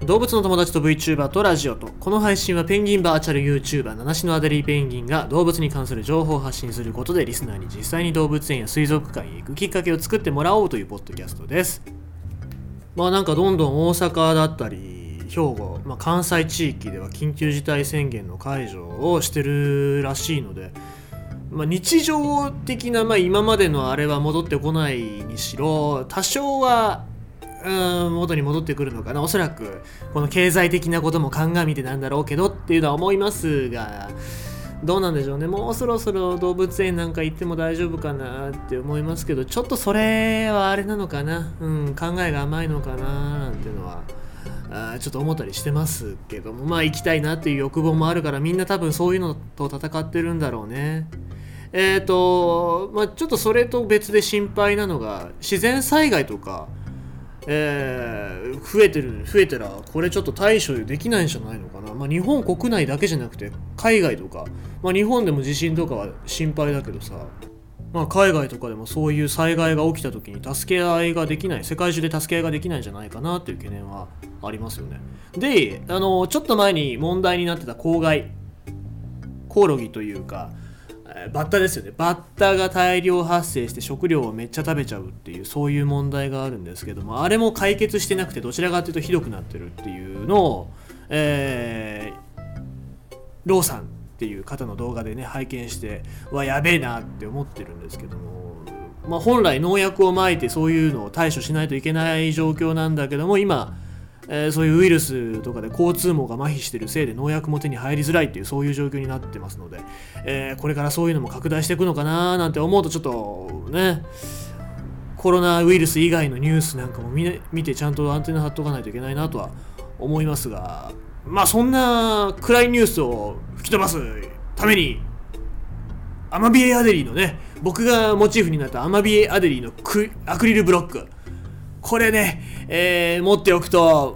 動物の友達と VTuber とラジオと、この配信はペンギンバーチャル YouTuber 七種のアデリーペンギンが動物に関する情報を発信することでリスナーに実際に動物園や水族館へ行くきっかけを作ってもらおうというポッドキャストです。なんかどんどん大阪だったり兵庫、関西地域では緊急事態宣言の解除をしてるらしいので、日常的な、今までのあれは戻ってこないにしろ多少は元に戻ってくるのかな。おそらくこの経済的なことも鑑みてなんだろうけどっていうのは思いますが、どうなんでしょうね。もうそろそろ動物園なんか行っても大丈夫かなって思いますけど、ちょっとそれはあれなのかな、考えが甘いのかななんていうのはちょっと思ったりしてますけども、行きたいなっていう欲望もあるから、みんな多分そういうのと戦ってるんだろうね。ちょっとそれと別で心配なのが自然災害とか増えたらこれちょっと対処できないんじゃないのかな。日本国内だけじゃなくて海外とか、日本でも地震とかは心配だけどさ、海外とかでもそういう災害が起きた時に助け合いができない、世界中で助け合いができないんじゃないかなっていう懸念はありますよね。で、ちょっと前に問題になってた公害、コオロギというかバッタですよね。バッタが大量発生して食料をめっちゃ食べちゃうっていう、そういう問題があるんですけども、あれも解決してなくてどちらかというとひどくなってるっていうのを、ローさんっていう方の動画でね拝見して、やべえなって思ってるんですけども、本来農薬をまいてそういうのを対処しないといけない状況なんだけども、今そういうウイルスとかで交通網が麻痺してるせいで農薬も手に入りづらいっていう、そういう状況になってますので、これからそういうのも拡大していくのかななんて思うと、ちょっとね、コロナウイルス以外のニュースなんかも見てちゃんとアンテナ張っとかないといけないなとは思いますが、そんな暗いニュースを吹き飛ばすためにアマビエアデリーのね、僕がモチーフになったアマビエアデリーのアクリルブロック、これね、持っておくと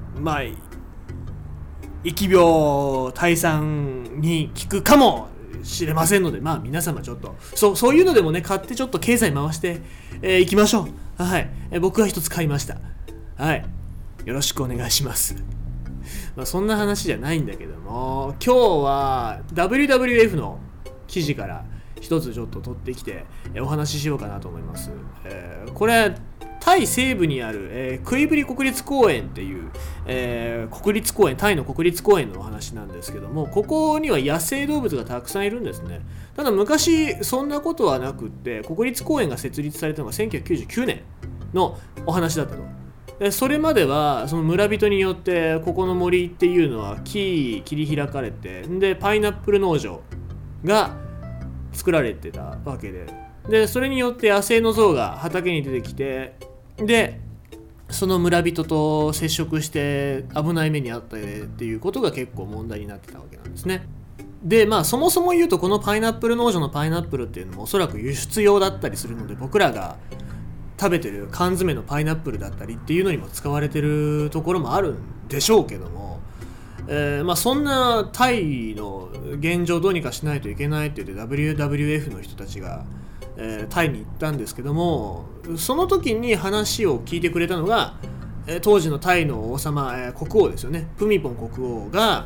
疫病退散に効くかもしれませんので、皆様ちょっとそういうのでもね買ってちょっと経済回していきましょう。はい、僕は一つ買いました。はい、よろしくお願いします。そんな話じゃないんだけども、今日は WWF の記事から一つちょっと取ってきてお話ししようかなと思います。これタイ西部にある、クイブリ国立公園っていう、国立公園、タイの国立公園のお話なんですけども、ここには野生動物がたくさんいるんですね。ただ昔そんなことはなくって、国立公園が設立されたのが1999年のお話だったと。それまではその村人によってここの森っていうのは切り開かれて、でパイナップル農場が作られてたわけで、それによって野生の象が畑に出てきて、でその村人と接触して危ない目にあったっていうことが結構問題になってたわけなんですね。でそもそも言うと、このパイナップル農場のパイナップルっていうのもおそらく輸出用だったりするので、僕らが食べてる缶詰のパイナップルだったりっていうのにも使われてるところもあるんでしょうけども、そんなタイの現状をどうにかしないといけないって言って WWF の人たちがタイに行ったんですけども、その時に話を聞いてくれたのが、当時のタイの王様、国王ですよね、プミポン国王が、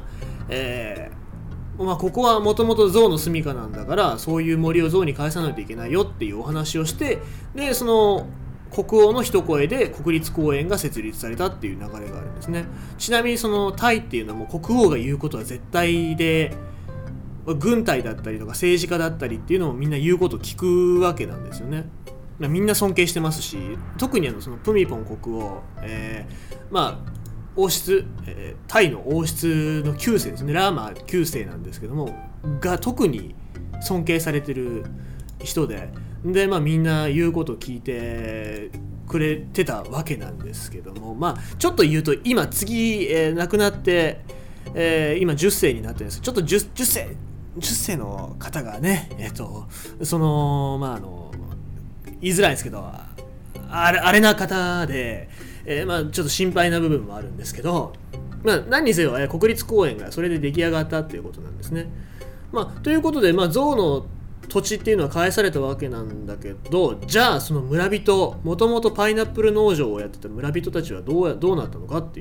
ここはもともと象の住処なんだから、そういう森を象に返さないといけないよっていうお話をして、でその国王の一声で国立公園が設立されたっていう流れがあるんですね。ちなみにそのタイっていうのはもう国王が言うことは絶対で、軍隊だったりとか政治家だったりっていうのもみんな言うことを聞くわけなんですよね。みんな尊敬してますし、特にそのプミポン国王、王室、タイの王室の9世ですね、ラーマ9世なんですけどもが特に尊敬されてる人で、みんな言うことを聞いてくれてたわけなんですけども、ちょっと言うと今次、亡くなって、今10世になってるんです。ちょっと10世の方がね、その言いづらいんですけど、あれな方で、ちょっと心配な部分もあるんですけど、何にせよ、国立公園がそれで出来上がったっていうことなんですね。ということで、象の土地っていうのは返されたわけなんだけど、じゃあその村人、もともとパイナップル農場をやってた村人たちはどうなったのかっていう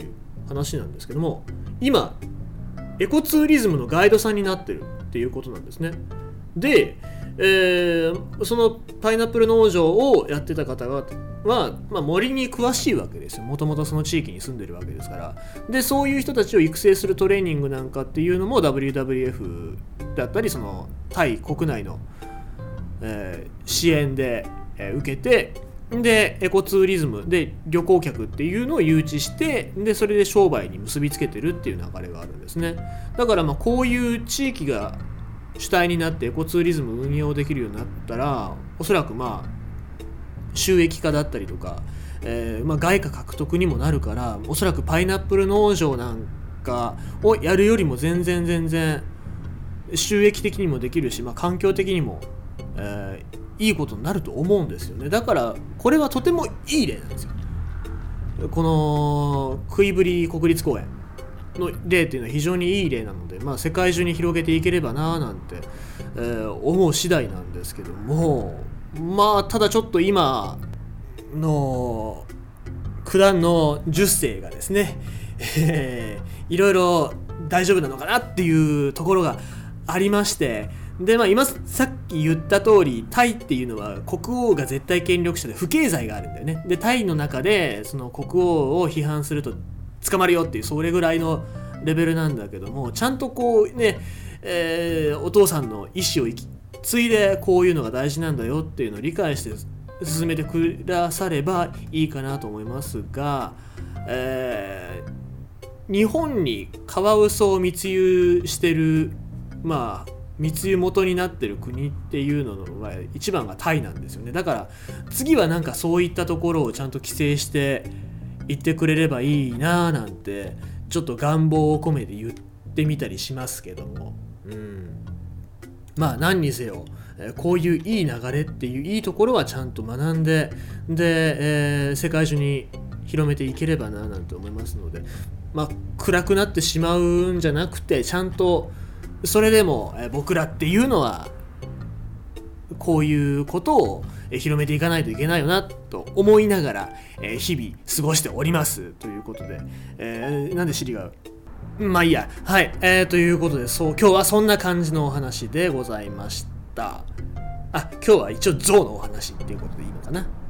話なんですけども、今エコツーリズムのガイドさんになってるっていうことなんですね。で、そのパイナップル農場をやってた方は、森に詳しいわけですよ。もともとその地域に住んでるわけですから。でそういう人たちを育成するトレーニングなんかっていうのも WWF だったり、そのタイ国内の、支援で、受けて、でエコツーリズムで旅行客っていうのを誘致して、でそれで商売に結びつけてるっていう流れがあるんですね。だからこういう地域が主体になってエコツーリズム運用できるようになったら、おそらく収益化だったりとか、外貨獲得にもなるから、おそらくパイナップル農場なんかをやるよりも全然収益的にもできるし、環境的にも、いいことになると思うんですよね。だからこれはとてもいい例なんですよ。このクイブリ国立公園の例っていうのは非常にいい例なので、世界中に広げていければななんて、思う次第なんですけども、ただちょっと今の九段の10世がですね、いろいろ大丈夫なのかなっていうところがありまして、で今さっき言った通り、タイっていうのは国王が絶対権力者で不敬罪があるんだよね。でタイの中でその国王を批判すると捕まるよっていう、それぐらいのレベルなんだけども、ちゃんとこうね、お父さんの意思を継いでこういうのが大事なんだよっていうのを理解して進めてくださればいいかなと思いますが、日本にカワウソを密輸してる密輸元になってる国っていうのは一番がタイなんですよね。だから次はそういったところをちゃんと規制していってくれればいいななんてちょっと願望を込めて言ってみたりしますけども、何にせよこういういい流れっていういいところはちゃんと学んで、世界中に広めていければななんて思いますので、暗くなってしまうんじゃなくて、ちゃんとそれでも僕らっていうのはこういうことを広めていかないといけないよなと思いながら日々過ごしておりますということで、なんで尻がいいや、はい、ということで、今日はそんな感じのお話でございました。今日は一応象のお話っていうことでいいのかな。